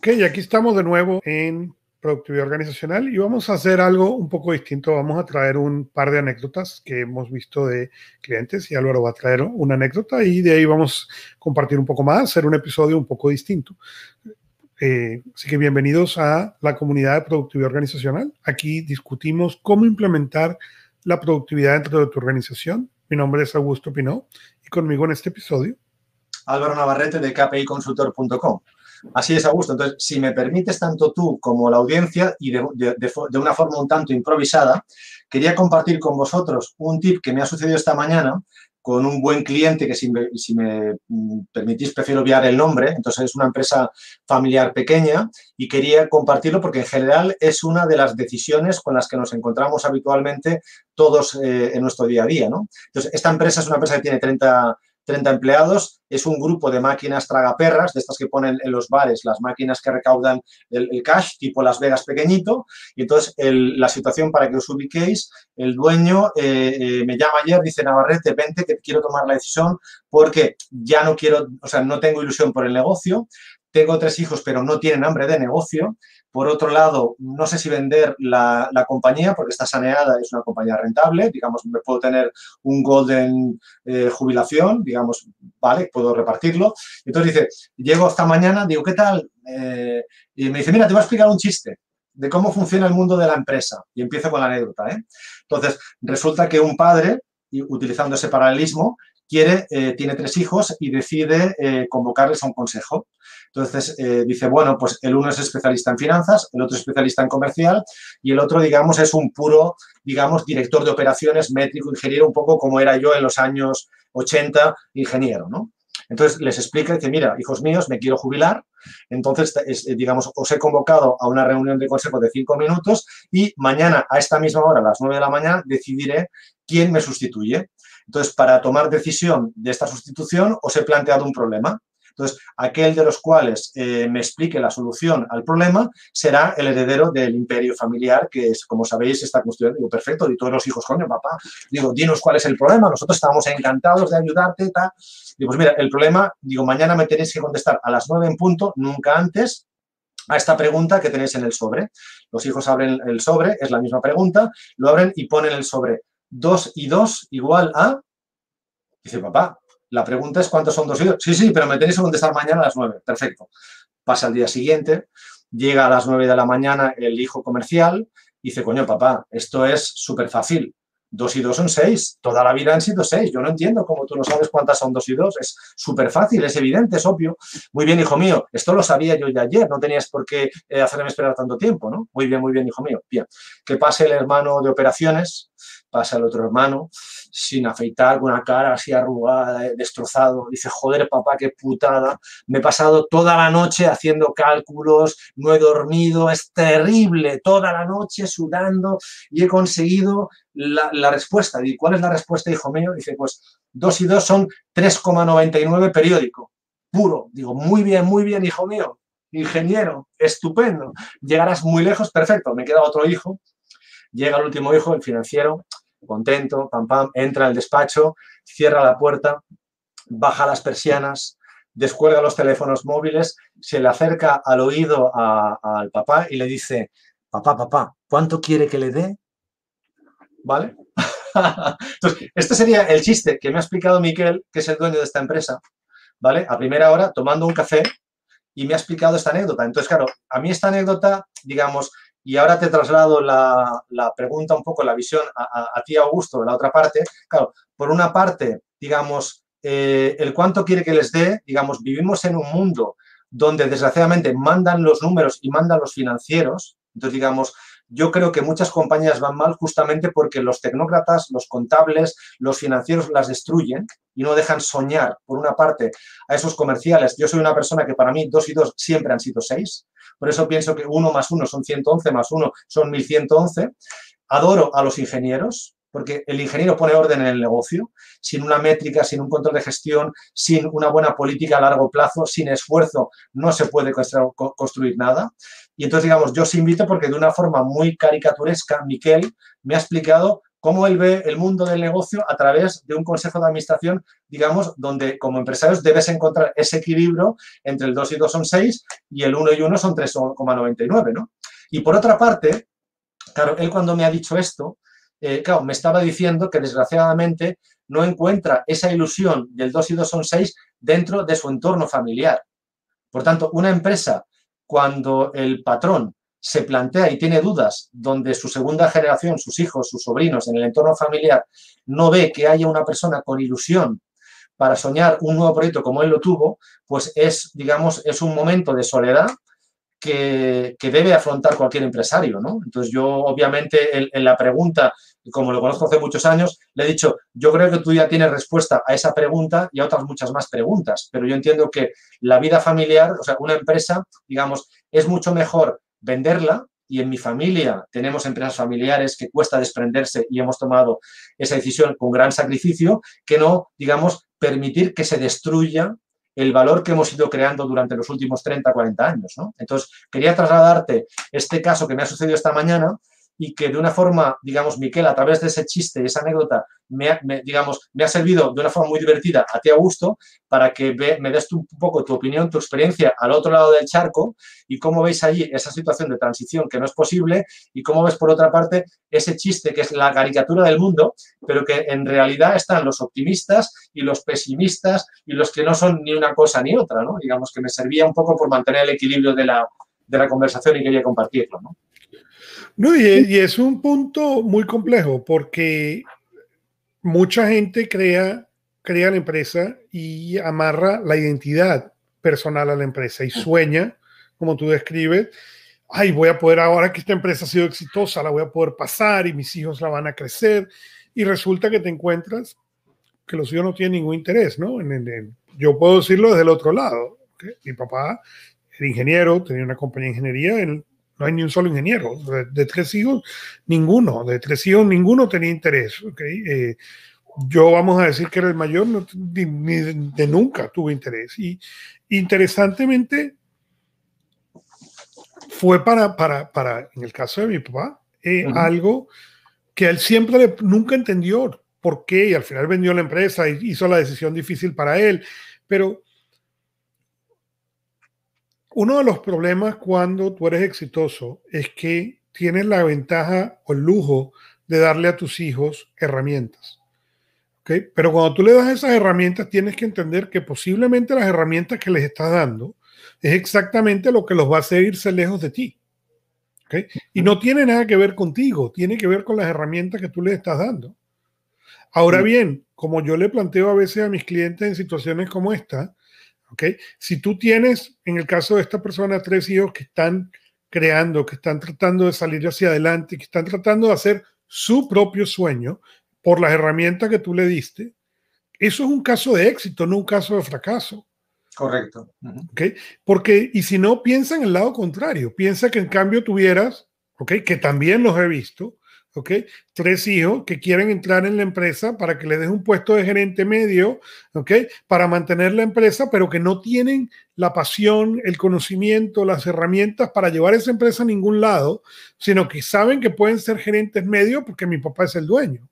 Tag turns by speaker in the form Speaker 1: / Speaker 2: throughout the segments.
Speaker 1: Ok, aquí estamos de nuevo en Productividad Organizacional y vamos a hacer algo un poco distinto. Vamos a traer un par de anécdotas que hemos visto de clientes y Álvaro va a traer una anécdota y de ahí vamos a compartir un poco más, hacer un episodio un poco distinto. Así que bienvenidos a la comunidad de Productividad Organizacional. Aquí discutimos cómo implementar la productividad dentro de tu organización. Mi nombre es Augusto Pinó y conmigo en este episodio
Speaker 2: Álvaro Navarrete de kpiconsultor.com. Así es, Augusto. Entonces, si me permites, tanto tú como la audiencia, y de una forma un tanto improvisada, quería compartir con vosotros un tip que me ha sucedido esta mañana con un buen cliente que, si me permitís, prefiero obviar el nombre. Entonces, es una empresa familiar pequeña y quería compartirlo porque, en general, es una de las decisiones con las que nos encontramos habitualmente todos en nuestro día a día, ¿no? Entonces, esta empresa es una empresa que tiene 30 empleados, es un grupo de máquinas tragaperras, de estas que ponen en los bares, las máquinas que recaudan el cash, tipo Las Vegas pequeñito, y entonces la situación, para que os ubiquéis, el dueño me llama ayer, dice: Navarrete, vente que quiero tomar la decisión porque ya no quiero, o sea, no tengo ilusión por el negocio, tengo 3 hijos pero no tienen hambre de negocio. Por otro lado, no sé si vender la compañía porque está saneada, es una compañía rentable, digamos, me puedo tener un golden jubilación, digamos, vale, puedo repartirlo. Entonces dice, llego esta mañana, digo, ¿qué tal? Y me dice, mira, te voy a explicar un chiste de cómo funciona el mundo de la empresa. Y empiezo con la anécdota, ¿eh? Entonces, resulta que un padre, utilizando ese paralelismo, tiene 3 hijos y decide convocarles a un consejo. Entonces, dice, bueno, pues el uno es especialista en finanzas, el otro es especialista en comercial y el otro, digamos, es un puro, digamos, director de operaciones, métrico, ingeniero, un poco como era yo en los años 80, ingeniero, ¿no? Entonces, les explica, dice, mira, hijos míos, me quiero jubilar, entonces, digamos, os he convocado a una reunión de consejo de 5 minutos y mañana a esta misma hora, a las 9 de la mañana, decidiré quién me sustituye. Entonces, para tomar decisión de esta sustitución, os he planteado un problema. Entonces, aquel de los cuales me explique la solución al problema será el heredero del imperio familiar que, es, como sabéis, está construyendo. Digo, perfecto, y todos los hijos, coño, papá, digo, dinos cuál es el problema, nosotros estamos encantados de ayudarte, tal. Digo, pues mira, el problema, digo, mañana me tenéis que contestar a las 9 en punto, nunca antes, a esta pregunta que tenéis en el sobre. Los hijos abren el sobre, es la misma pregunta, lo abren y ponen el sobre. 2 y 2 igual a... Dice, papá, la pregunta es ¿cuántos son 2 y 2? Sí, sí, pero me tenéis que contestar mañana a las 9. Perfecto. Pasa el día siguiente, llega a las 9 de la mañana el hijo comercial y dice, coño, papá, esto es súper fácil. 2 y 2 son 6. Toda la vida han sido 6. Yo no entiendo cómo tú no sabes cuántas son 2 y 2. Es súper fácil, es evidente, es obvio. Muy bien, hijo mío. Esto lo sabía yo ya ayer. No tenías por qué hacerme esperar tanto tiempo, ¿no? Muy bien, hijo mío. Bien. Que pase el hermano de operaciones, pasa el otro hermano, sin afeitar, con una cara así arrugada, destrozado. Dice, joder, papá, qué putada. Me he pasado toda la noche haciendo cálculos, no he dormido, es terrible. Toda la noche sudando y he conseguido la respuesta. ¿Y cuál es la respuesta, hijo mío? Dice, pues 2 y 2 son 3,99 periódico. Puro. Digo, muy bien, hijo mío. Ingeniero, estupendo. Llegarás muy lejos, perfecto. Me queda otro hijo. Llega el último hijo, el financiero, contento, pam, pam, entra al despacho, cierra la puerta, baja las persianas, descuelga los teléfonos móviles, se le acerca al oído al papá y le dice, papá, ¿cuánto quiere que le dé? ¿Vale? Entonces, este sería el chiste que me ha explicado Miquel, que es el dueño de esta empresa, ¿vale? A primera hora, tomando un café, y me ha explicado esta anécdota. Entonces, claro, a mí esta anécdota, digamos, y ahora te traslado la pregunta un poco, la visión a ti, Augusto, la otra parte. Claro, por una parte, digamos, el cuánto quiere que les dé, digamos, vivimos en un mundo donde desgraciadamente mandan los números y mandan los financieros. Entonces, digamos, yo creo que muchas compañías van mal justamente porque los tecnócratas, los contables, los financieros las destruyen y no dejan soñar, por una parte, a esos comerciales. Yo soy una persona que para mí 2 y 2 siempre han sido 6. Por eso pienso que 1 más 1 son 111, más 1 son 1111. Adoro a los ingenieros, porque el ingeniero pone orden en el negocio. Sin una métrica, sin un control de gestión, sin una buena política a largo plazo, sin esfuerzo, no se puede construir nada. Y entonces, digamos, yo os invito porque de una forma muy caricaturesca, Miquel me ha explicado cómo él ve el mundo del negocio a través de un consejo de administración, digamos, donde como empresarios debes encontrar ese equilibrio entre el 2 y 2 son 6 y el 1 y 1 son 3,99, ¿no? Y por otra parte, claro, él cuando me ha dicho esto, claro, me estaba diciendo que desgraciadamente no encuentra esa ilusión del 2 y 2 son 6 dentro de su entorno familiar. Por tanto, una empresa, cuando el patrón se plantea y tiene dudas donde su segunda generación, sus hijos, sus sobrinos en el entorno familiar, no ve que haya una persona con ilusión para soñar un nuevo proyecto como él lo tuvo, pues es, digamos, es un momento de soledad que debe afrontar cualquier empresario, ¿no? Entonces yo, obviamente, en la pregunta, como lo conozco hace muchos años, le he dicho, yo creo que tú ya tienes respuesta a esa pregunta y a otras muchas más preguntas, pero yo entiendo que la vida familiar, o sea, una empresa, digamos, es mucho mejor venderla, y en mi familia tenemos empresas familiares que cuesta desprenderse y hemos tomado esa decisión con gran sacrificio, que no, digamos, permitir que se destruya el valor que hemos ido creando durante los últimos 30, 40 años, ¿no? Entonces, quería trasladarte este caso que me ha sucedido esta mañana y que de una forma, digamos, Miquel, a través de ese chiste y esa anécdota, digamos, me ha servido de una forma muy divertida a ti, Augusto, para que me des un poco tu opinión, tu experiencia al otro lado del charco y cómo veis allí esa situación de transición que no es posible y cómo ves, por otra parte, ese chiste que es la caricatura del mundo, pero que en realidad están los optimistas y los pesimistas y los que no son ni una cosa ni otra, ¿no? Digamos que me servía un poco por mantener el equilibrio de la conversación y quería compartirlo, ¿no?
Speaker 1: No, y es un punto muy complejo porque mucha gente crea la empresa y amarra la identidad personal a la empresa y sueña, como tú describes, ay, voy a poder, ahora que esta empresa ha sido exitosa, la voy a poder pasar y mis hijos la van a crecer, y resulta que te encuentras que los hijos no tienen ningún interés, ¿no? Yo puedo decirlo desde el otro lado. ¿Okay? Mi papá era ingeniero, tenía una compañía de ingeniería, no hay ni un solo ingeniero. De 3 hijos, ninguno. De 3 hijos, ninguno tenía interés. ¿Okay? Yo vamos a decir que era el mayor, ni de nunca tuvo interés. Y interesantemente, fue para en el caso de mi papá, algo que él siempre nunca entendió por qué, y al final vendió la empresa y hizo la decisión difícil para él. Pero uno de los problemas cuando tú eres exitoso es que tienes la ventaja o el lujo de darle a tus hijos herramientas. ¿Okay? Pero cuando tú le das esas herramientas, tienes que entender que posiblemente las herramientas que les estás dando es exactamente lo que los va a hacer irse lejos de ti. ¿Okay? Y no tiene nada que ver contigo, tiene que ver con las herramientas que tú les estás dando. Ahora bien, como yo le planteo a veces a mis clientes en situaciones como esta, ¿okay? Si tú tienes, en el caso de esta persona, 3 hijos que están creando, que están tratando de salir hacia adelante, que están tratando de hacer su propio sueño por las herramientas que tú le diste, eso es un caso de éxito, no un caso de fracaso.
Speaker 2: Correcto.
Speaker 1: ¿Okay? Porque, y si no, piensa en el lado contrario, piensa que en cambio tuvieras, ¿okay? Que también los he visto, ¿okay? 3 hijos que quieren entrar en la empresa para que le des un puesto de gerente medio, ¿okay? Para mantener la empresa, pero que no tienen la pasión, el conocimiento, las herramientas para llevar esa empresa a ningún lado, sino que saben que pueden ser gerentes medios porque mi papá es el dueño.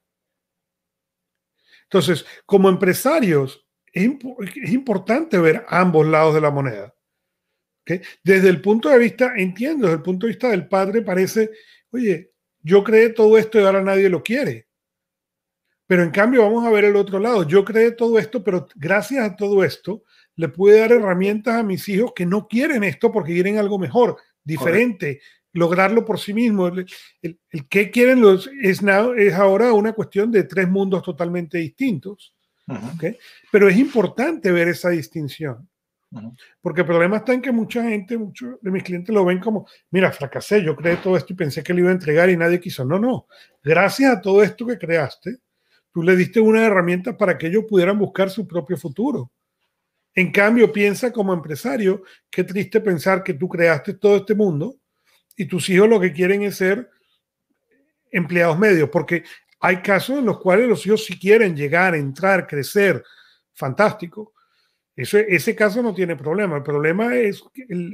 Speaker 1: Entonces, como empresarios, es importante ver ambos lados de la moneda. ¿Okay? Desde el punto de vista, entiendo, desde el punto de vista del padre parece, oye, yo creé todo esto y ahora nadie lo quiere. Pero en cambio vamos a ver el otro lado. Yo creé todo esto, pero gracias a todo esto le pude dar herramientas a mis hijos que no quieren esto porque quieren algo mejor, diferente, lograrlo por sí mismos. El que quieren es ahora una cuestión de 3 mundos totalmente distintos. ¿Okay? Pero es importante ver esa distinción. Porque el problema está en que mucha gente, muchos de mis clientes lo ven como, mira, fracasé, yo creé todo esto y pensé que lo iba a entregar y nadie quiso. No, no. Gracias a todo esto que creaste, tú le diste unas herramientas para que ellos pudieran buscar su propio futuro. En cambio, piensa como empresario, qué triste pensar que tú creaste todo este mundo y tus hijos lo que quieren es ser empleados medios, porque hay casos en los cuales los hijos sí quieren llegar, entrar, crecer, fantástico. Ese caso no tiene problema. El problema es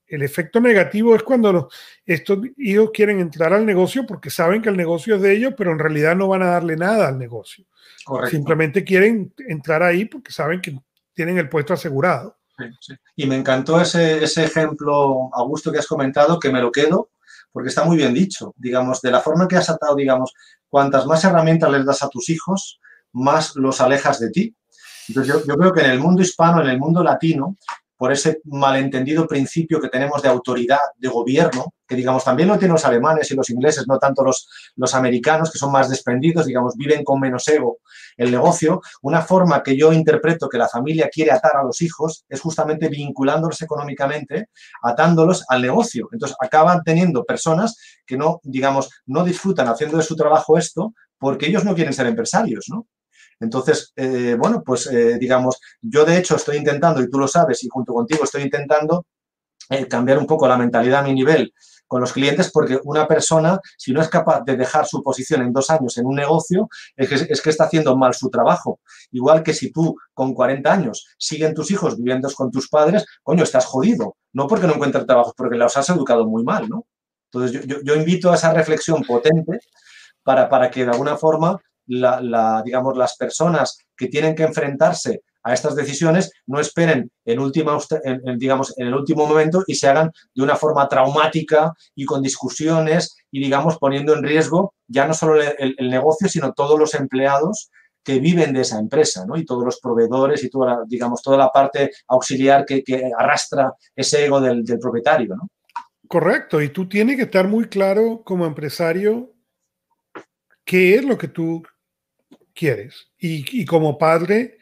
Speaker 1: El efecto negativo es cuando estos hijos quieren entrar al negocio porque saben que el negocio es de ellos, pero en realidad no van a darle nada al negocio.
Speaker 2: Correcto.
Speaker 1: Simplemente quieren entrar ahí porque saben que tienen el puesto asegurado.
Speaker 2: Sí, sí. Y me encantó ese ejemplo, Augusto, que has comentado, que me lo quedo, porque está muy bien dicho. Digamos, de la forma que has atado, digamos, cuantas más herramientas les das a tus hijos, más los alejas de ti. Entonces, yo creo que en el mundo hispano, en el mundo latino, por ese malentendido principio que tenemos de autoridad, de gobierno, que digamos también lo tienen los alemanes y los ingleses, no tanto los americanos, que son más desprendidos, digamos, viven con menos ego el negocio. Una forma que yo interpreto que la familia quiere atar a los hijos es justamente vinculándolos económicamente, atándolos al negocio. Entonces acaban teniendo personas que no, digamos, no disfrutan haciendo de su trabajo esto porque ellos no quieren ser empresarios, ¿no? Entonces, bueno, pues digamos, yo de hecho estoy intentando, y tú lo sabes, y junto contigo estoy intentando cambiar un poco la mentalidad a mi nivel con los clientes, porque una persona, si no es capaz de dejar su posición en 2 años en un negocio, es que está haciendo mal su trabajo. Igual que si tú con 40 años siguen tus hijos viviendo con tus padres, coño, estás jodido. No porque no encuentres trabajo, porque los has educado muy mal, ¿no? Entonces, yo invito a esa reflexión potente para que de alguna forma digamos, las personas que tienen que enfrentarse a estas decisiones no esperen digamos, en el último momento y se hagan de una forma traumática y con discusiones y, digamos, poniendo en riesgo ya no solo el negocio, sino todos los empleados que viven de esa empresa, ¿no? Y todos los proveedores y toda, digamos, toda la parte auxiliar que arrastra ese ego del propietario, ¿no?
Speaker 1: Correcto, y tú tienes que estar muy claro como empresario qué es lo que tú quieres. Y como padre,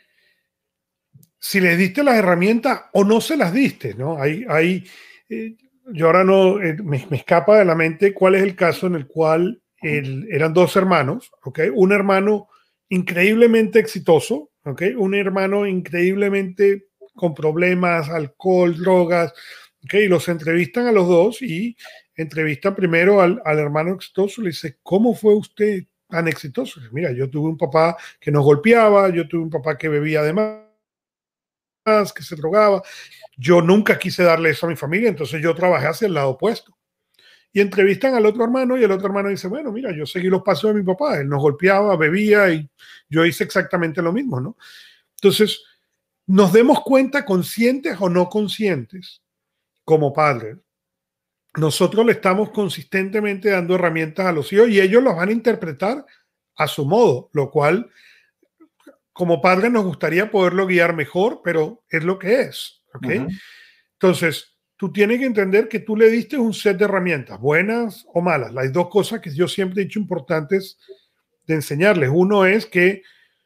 Speaker 1: si les diste las herramientas o no se las diste, ¿no? Yo ahora no, me escapa de la mente cuál es el caso en el cual eran 2 hermanos, ¿ok? Un hermano increíblemente exitoso, ¿ok? Un hermano increíblemente con problemas, alcohol, drogas, ¿ok? Y los entrevistan a los dos y entrevistan primero al hermano exitoso, le dice, ¿cómo fue usted tan exitoso? Mira, yo tuve un papá que nos golpeaba, yo tuve un papá que bebía de más, que se drogaba. Yo nunca quise darle eso a mi familia, entonces yo trabajé hacia el lado opuesto. Y entrevistan al otro hermano y el otro hermano dice, bueno, mira, yo seguí los pasos de mi papá, él nos golpeaba, bebía y yo hice exactamente lo mismo, ¿no? Entonces, nos demos cuenta, conscientes o no conscientes, como padres, nosotros le estamos consistentemente dando herramientas a los hijos y ellos los van a interpretar a su modo, lo cual como padres nos gustaría poderlo guiar mejor, pero es lo que es, ¿ok? Entonces, tú tienes que entender que tú le diste un set de herramientas, buenas o malas. Las 2 cosas que yo siempre he dicho importantes de enseñarles. Uno es que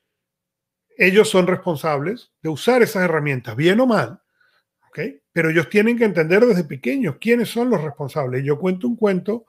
Speaker 1: ellos son responsables de usar esas herramientas, bien o mal, ¿ok? Pero ellos tienen que entender desde pequeños quiénes son los responsables. Yo cuento un cuento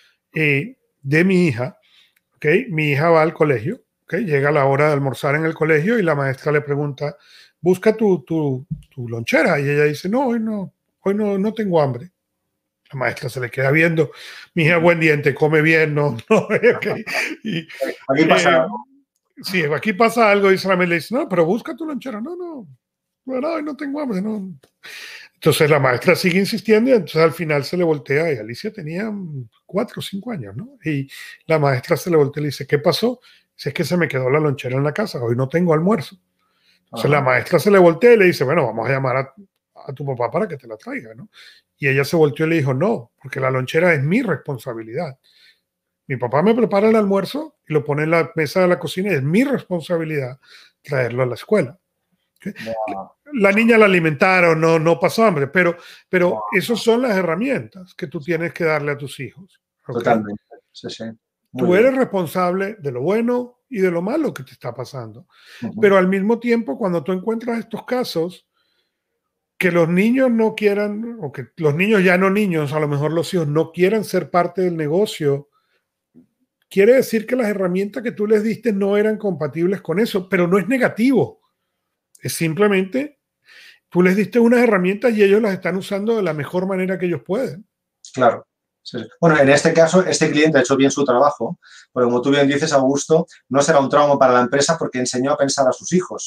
Speaker 1: de mi hija, ¿ok? Mi hija va al colegio, ¿ok? Llega la hora de almorzar en el colegio y la maestra le pregunta, busca tu lonchera. Y ella dice, no, hoy no tengo hambre. La maestra se le queda viendo, mi hija buen diente, come bien, no, okay. Y,
Speaker 2: aquí pasa algo.
Speaker 1: Sí, aquí pasa algo y solamente le dice, no, pero busca tu lonchera. No, hoy no tengo hambre, no. Entonces la maestra sigue insistiendo y entonces al final se le voltea y Alicia tenía 4 o 5 años, ¿no? Y la maestra se le voltea y le dice, ¿qué pasó? Dice, es que se me quedó la lonchera en la casa, hoy no tengo almuerzo. Entonces la maestra se le voltea y le dice, bueno, vamos a llamar a tu papá para que te la traiga, ¿no? Y ella se volteó y le dijo, no, porque la lonchera es mi responsabilidad. Mi papá me prepara el almuerzo y lo pone en la mesa de la cocina y es mi responsabilidad traerlo a la escuela. ¿Okay? Wow. La niña la alimentaron, no pasó hambre, pero wow, esas son las herramientas que tú tienes que darle a tus hijos. ¿Okay?
Speaker 2: Totalmente, sí.
Speaker 1: Tú eres responsable de lo bueno y de lo malo que te está pasando. Pero al mismo tiempo, cuando tú encuentras estos casos, que los niños no quieran, o que los niños ya no niños, a lo mejor los hijos no quieran ser parte del negocio, quiere decir que las herramientas que tú les diste no eran compatibles con eso, pero no es negativo. Es simplemente, tú les diste unas herramientas y ellos las están usando de la mejor manera que ellos pueden.
Speaker 2: Claro. Sí. Bueno, en este caso, este cliente ha hecho bien su trabajo, porque como tú bien dices, Augusto, no será un trauma para la empresa porque enseñó a pensar a sus hijos.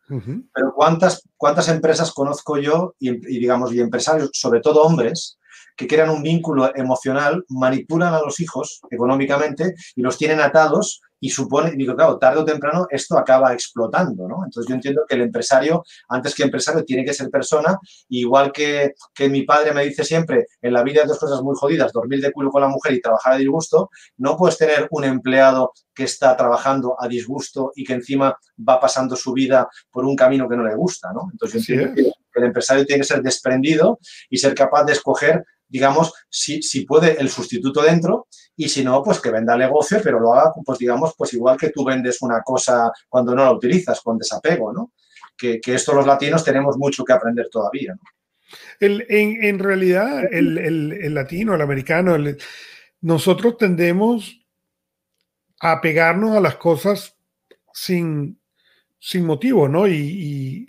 Speaker 2: Pero ¿cuántas empresas conozco yo digamos, y empresarios, sobre todo hombres, que crean un vínculo emocional, manipulan a los hijos económicamente y los tienen atados y digo, claro, tarde o temprano esto acaba explotando, ¿no? Entonces yo entiendo que el empresario, antes que empresario, tiene que ser persona, igual que mi padre me dice siempre, en la vida hay dos cosas muy jodidas, dormir de culo con la mujer y trabajar a disgusto. No puedes tener un empleado que está trabajando a disgusto y que encima va pasando su vida por un camino que no le gusta, ¿no? Entonces yo entiendo que el empresario tiene que ser desprendido y ser capaz de escoger, digamos, si puede el sustituto dentro, y si no, pues que venda negocio, pero lo haga, pues digamos, pues igual que tú vendes una cosa cuando no la utilizas, con desapego, ¿no? Que esto los latinos tenemos mucho que aprender todavía, ¿no?
Speaker 1: En realidad, el latino, el americano, nosotros tendemos a apegarnos a las cosas sin motivo, ¿no? Y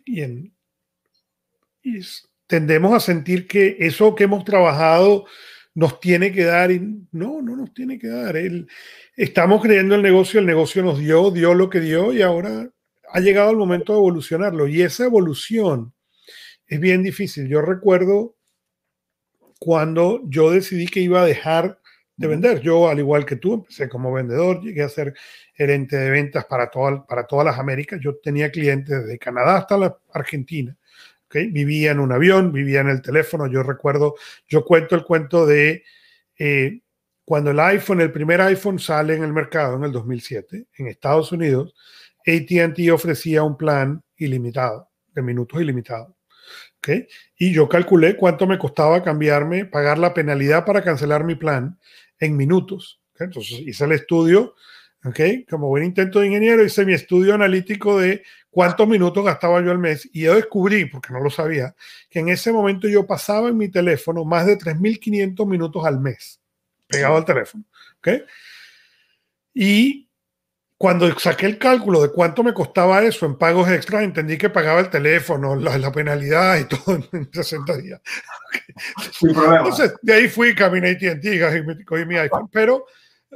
Speaker 1: tendemos a sentir que eso que hemos trabajado nos tiene que dar, y no nos tiene que dar. Estamos creyendo el negocio nos dio lo que dio, y ahora ha llegado el momento de evolucionarlo. Y esa evolución es bien difícil. Yo recuerdo cuando yo decidí que iba a dejar de vender. Yo, al igual que tú, empecé como vendedor, llegué a ser gerente de ventas para todas las Américas. Yo tenía clientes desde Canadá hasta la Argentina. ¿Okay? Vivía en un avión, vivía en el teléfono. Yo cuento el cuento de cuando el primer iPhone sale en el mercado en el 2007, en Estados Unidos, AT&T ofrecía un plan ilimitado, de minutos ilimitados. ¿Okay? Y yo calculé cuánto me costaba pagar la penalidad para cancelar mi plan en minutos. ¿Okay? Entonces hice el estudio, ¿okay? Como buen intento de ingeniero, hice mi estudio analítico de cuántos minutos gastaba yo al mes, y yo descubrí, porque no lo sabía, que en ese momento yo pasaba en mi teléfono más de 3.500 minutos al mes pegado al teléfono. ¿Okay? Y cuando saqué el cálculo de cuánto me costaba eso en pagos extras, entendí que pagaba el teléfono, la penalidad y todo en 60 días.
Speaker 2: Sin problema.
Speaker 1: Entonces, de ahí fui, caminé AT&T y cogí mi iPhone. Pero,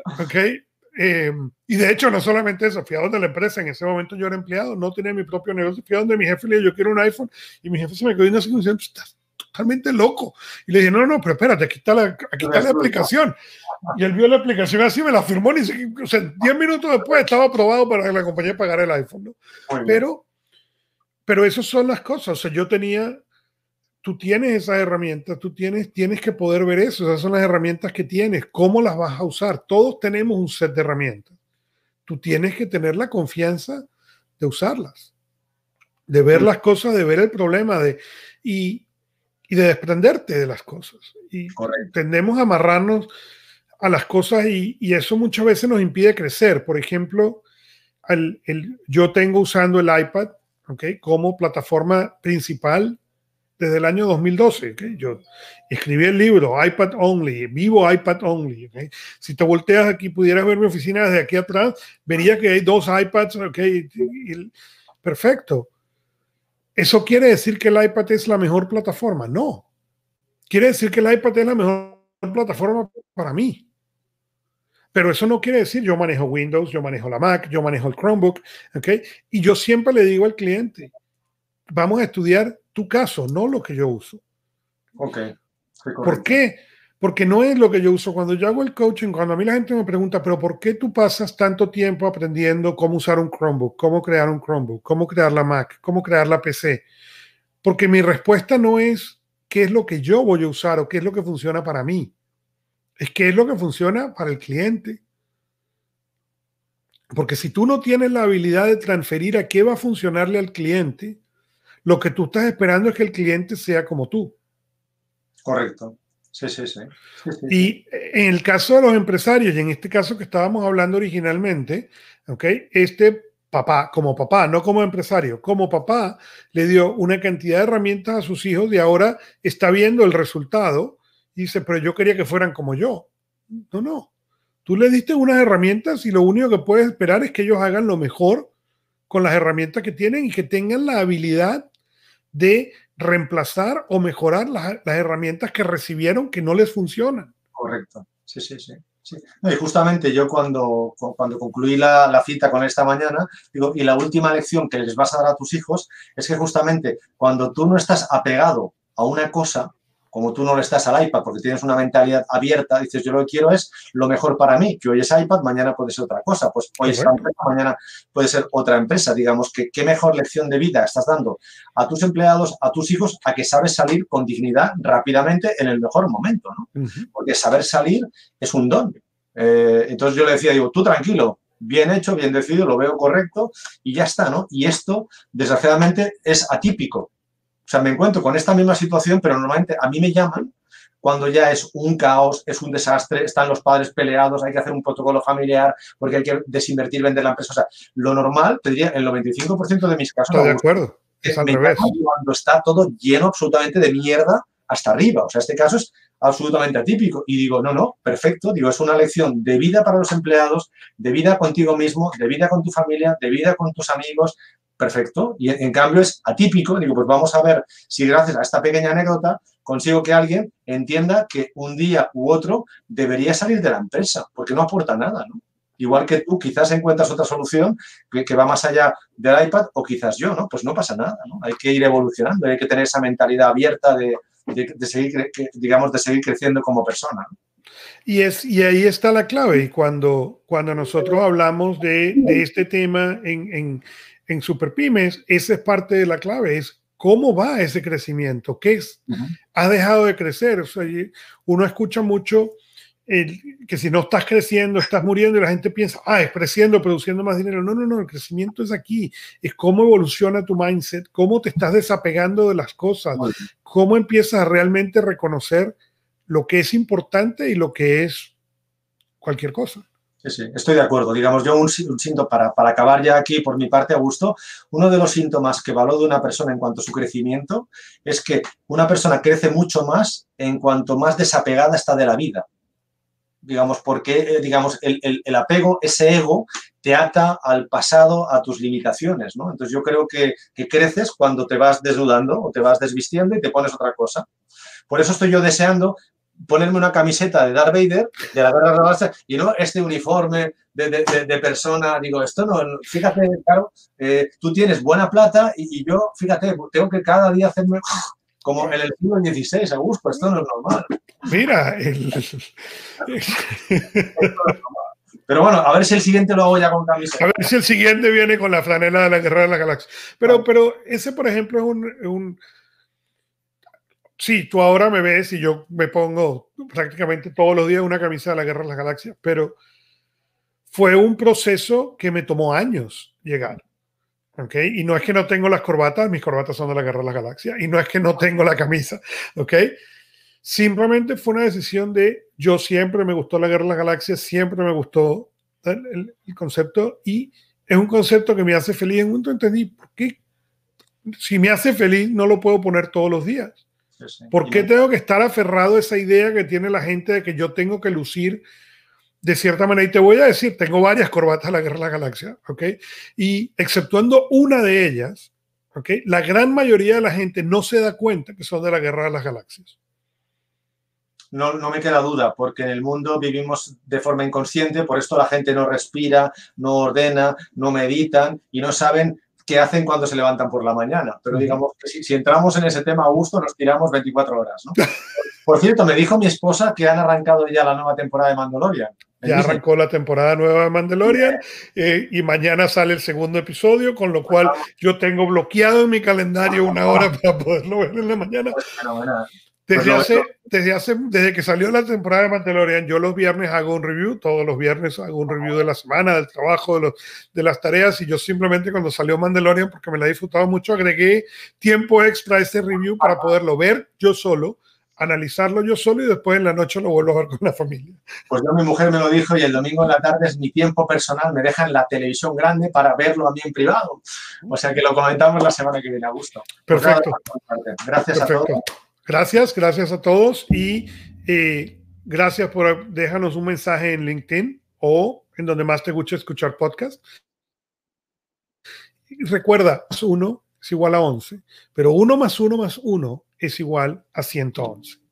Speaker 1: y de hecho, no solamente eso, fui a donde la empresa, en ese momento yo era empleado, no tenía mi propio negocio, fui a donde mi jefe le dijo, yo quiero un iPhone, y mi jefe se me quedó viendo así, diciendo, estás totalmente loco. Y le dije, no, pero espérate, aquí está la aplicación. Y él vio la aplicación así, me la firmó, ni siquiera, o sea, 10 minutos después estaba aprobado para que la compañía pagara el iPhone, ¿no? Pero esas son las cosas. O sea, tú tienes esas herramientas, tienes que poder ver eso. Esas son las herramientas que tienes. ¿Cómo las vas a usar? Todos tenemos un set de herramientas. Tú tienes que tener la confianza de usarlas, de ver las cosas, de ver el problema, y de desprenderte de las cosas. Y tendemos a amarrarnos a las cosas, y eso muchas veces nos impide crecer. Por ejemplo, yo tengo usando el iPad, ¿okay? Como plataforma principal desde el año 2012. ¿Okay? Yo escribí el libro iPad Only, vivo iPad Only. ¿Okay? Si te volteas aquí, pudieras ver mi oficina desde aquí atrás, verías que hay 2 iPads. ¿Okay? Perfecto. ¿Eso quiere decir que el iPad es la mejor plataforma? No. Quiere decir que el iPad es la mejor plataforma para mí. Pero eso no quiere decir, yo manejo Windows, yo manejo la Mac, yo manejo el Chromebook, ¿okay? Y yo siempre le digo al cliente, vamos a estudiar tu caso, no lo que yo uso.
Speaker 2: Okay.
Speaker 1: ¿Por qué? Porque no es lo que yo uso. Cuando yo hago el coaching, cuando a mí la gente me pregunta, pero ¿por qué tú pasas tanto tiempo aprendiendo cómo usar un Chromebook, cómo crear un Chromebook, cómo crear la Mac, cómo crear la PC? Porque mi respuesta no es qué es lo que yo voy a usar o qué es lo que funciona para mí. Es qué es lo que funciona para el cliente. Porque si tú no tienes la habilidad de transferir a qué va a funcionarle al cliente, lo que tú estás esperando es que el cliente sea como tú.
Speaker 2: Correcto. Sí.
Speaker 1: Y en el caso de los empresarios, y en este caso que estábamos hablando originalmente, ¿okay? Papá, no como empresario, como papá, le dio una cantidad de herramientas a sus hijos, y ahora está viendo el resultado y dice, pero yo quería que fueran como yo. No. Tú le diste unas herramientas, y lo único que puedes esperar es que ellos hagan lo mejor con las herramientas que tienen, y que tengan la habilidad de reemplazar o mejorar las herramientas que recibieron que no les funcionan.
Speaker 2: Correcto. Sí. Sí. No, y justamente yo cuando concluí la cita con esta mañana, digo, y la última lección que les vas a dar a tus hijos es que justamente cuando tú no estás apegado a una cosa, como tú no le estás al iPad porque tienes una mentalidad abierta, dices, yo lo que quiero es lo mejor para mí, que hoy es iPad, mañana puede ser otra cosa, pues hoy es esta empresa, mañana puede ser otra empresa, digamos, que qué mejor lección de vida estás dando a tus empleados, a tus hijos, a que sabes salir con dignidad rápidamente en el mejor momento, ¿no? Porque saber salir es un don. Entonces yo le decía, digo, tú tranquilo, bien hecho, bien decidido, lo veo correcto y ya está, ¿no? Y esto, desgraciadamente, es atípico. O sea, me encuentro con esta misma situación, pero normalmente a mí me llaman cuando ya es un caos, es un desastre, están los padres peleados, hay que hacer un protocolo familiar porque hay que desinvertir, vender la empresa. O sea, lo normal, te diría, el 95% de mis casos...
Speaker 1: Estoy de acuerdo, es al revés.
Speaker 2: Cuando está todo lleno absolutamente de mierda hasta arriba. O sea, este caso es absolutamente atípico. Y digo, no, perfecto. Digo, es una lección de vida para los empleados, de vida contigo mismo, de vida con tu familia, de vida con tus amigos. Perfecto. Y en cambio es atípico. Digo, pues vamos a ver si gracias a esta pequeña anécdota consigo que alguien entienda que un día u otro debería salir de la empresa, porque no aporta nada, ¿no? Igual que tú quizás encuentras otra solución que va más allá del iPad o quizás yo, ¿no? Pues no pasa nada, ¿no? Hay que ir evolucionando, hay que tener esa mentalidad abierta de seguir, digamos, de seguir creciendo como persona, ¿no?
Speaker 1: Y ahí está la clave. Y cuando nosotros hablamos de este tema en Superpymes, esa es parte de la clave, es cómo va ese crecimiento, qué es, ha dejado de crecer. O sea, uno escucha mucho que si no estás creciendo, estás muriendo y la gente piensa, es creciendo, produciendo más dinero. No, el crecimiento es aquí, es cómo evoluciona tu mindset, cómo te estás desapegando de las cosas, cómo empiezas a realmente reconocer lo que es importante y lo que es cualquier cosa.
Speaker 2: Sí, estoy de acuerdo. Digamos, yo un síntoma, para acabar ya aquí por mi parte, Augusto, uno de los síntomas que valoro de una persona en cuanto a su crecimiento es que una persona crece mucho más en cuanto más desapegada está de la vida. Digamos, porque digamos, el apego, ese ego, te ata al pasado, a tus limitaciones, ¿no? Entonces yo creo que creces cuando te vas desnudando o te vas desvistiendo y te pones otra cosa. Por eso estoy yo deseando ponerme una camiseta de Darth Vader, de la Guerra de las Galaxias, y no este uniforme de persona. Digo, esto no, fíjate, claro, tú tienes buena plata y yo, fíjate, tengo que cada día hacerme como en el siglo XVI, Augusto, esto no es normal.
Speaker 1: Mira,
Speaker 2: pero bueno, a ver si el siguiente lo hago ya con camiseta.
Speaker 1: A ver si el siguiente viene con la franela de la Guerra de la Galaxia. Pero ese, por ejemplo, es sí, tú ahora me ves y yo me pongo prácticamente todos los días una camisa de la Guerra de las Galaxias, pero fue un proceso que me tomó años llegar. ¿Okay? Y no es que no tengo las corbatas, mis corbatas son de la Guerra de las Galaxias, y no es que no tengo la camisa, ¿ok? Simplemente fue una decisión de, yo siempre me gustó la Guerra de las Galaxias, siempre me gustó el concepto, y es un concepto que me hace feliz. En un momento entendí, ¿por qué? Si me hace feliz, no lo puedo poner todos los días. ¿Por qué tengo que estar aferrado a esa idea que tiene la gente de que yo tengo que lucir de cierta manera? Y te voy a decir, tengo varias corbatas de la Guerra de la Galaxia, ¿ok? Y exceptuando una de ellas, ¿ok? La gran mayoría de la gente no se da cuenta que son de la Guerra de las Galaxias.
Speaker 2: No me queda duda, porque en el mundo vivimos de forma inconsciente, por esto la gente no respira, no ordena, no meditan y no saben qué hacen cuando se levantan por la mañana. Pero digamos que si entramos en ese tema, Augusto, nos tiramos 24 horas, ¿no? Por cierto, me dijo mi esposa que han arrancado ya la nueva temporada de Mandalorian.
Speaker 1: Ya arrancó la temporada nueva de Mandalorian y mañana sale el segundo episodio, con lo cual yo tengo bloqueado en mi calendario una hora para poderlo ver en la mañana. Desde que salió la temporada de Mandalorian, yo los viernes hago un review, todos los viernes hago un review de la semana, del trabajo, de las tareas, y yo simplemente cuando salió Mandalorian, porque me la he disfrutado mucho, agregué tiempo extra a ese review para poderlo ver yo solo, analizarlo yo solo y después en la noche lo vuelvo a ver con la familia.
Speaker 2: Pues yo, mi mujer me lo dijo, y el domingo en la tarde es mi tiempo personal, me dejan la televisión grande para verlo a mí en privado. O sea que lo comentamos la semana que viene, a gusto.
Speaker 1: Perfecto.
Speaker 2: Pues gracias a todos.
Speaker 1: Gracias a todos y gracias por déjanos un mensaje en LinkedIn o en donde más te guste escuchar podcast. Y recuerda, 1 es igual a 11, pero 1 más 1 más 1 es igual a 111.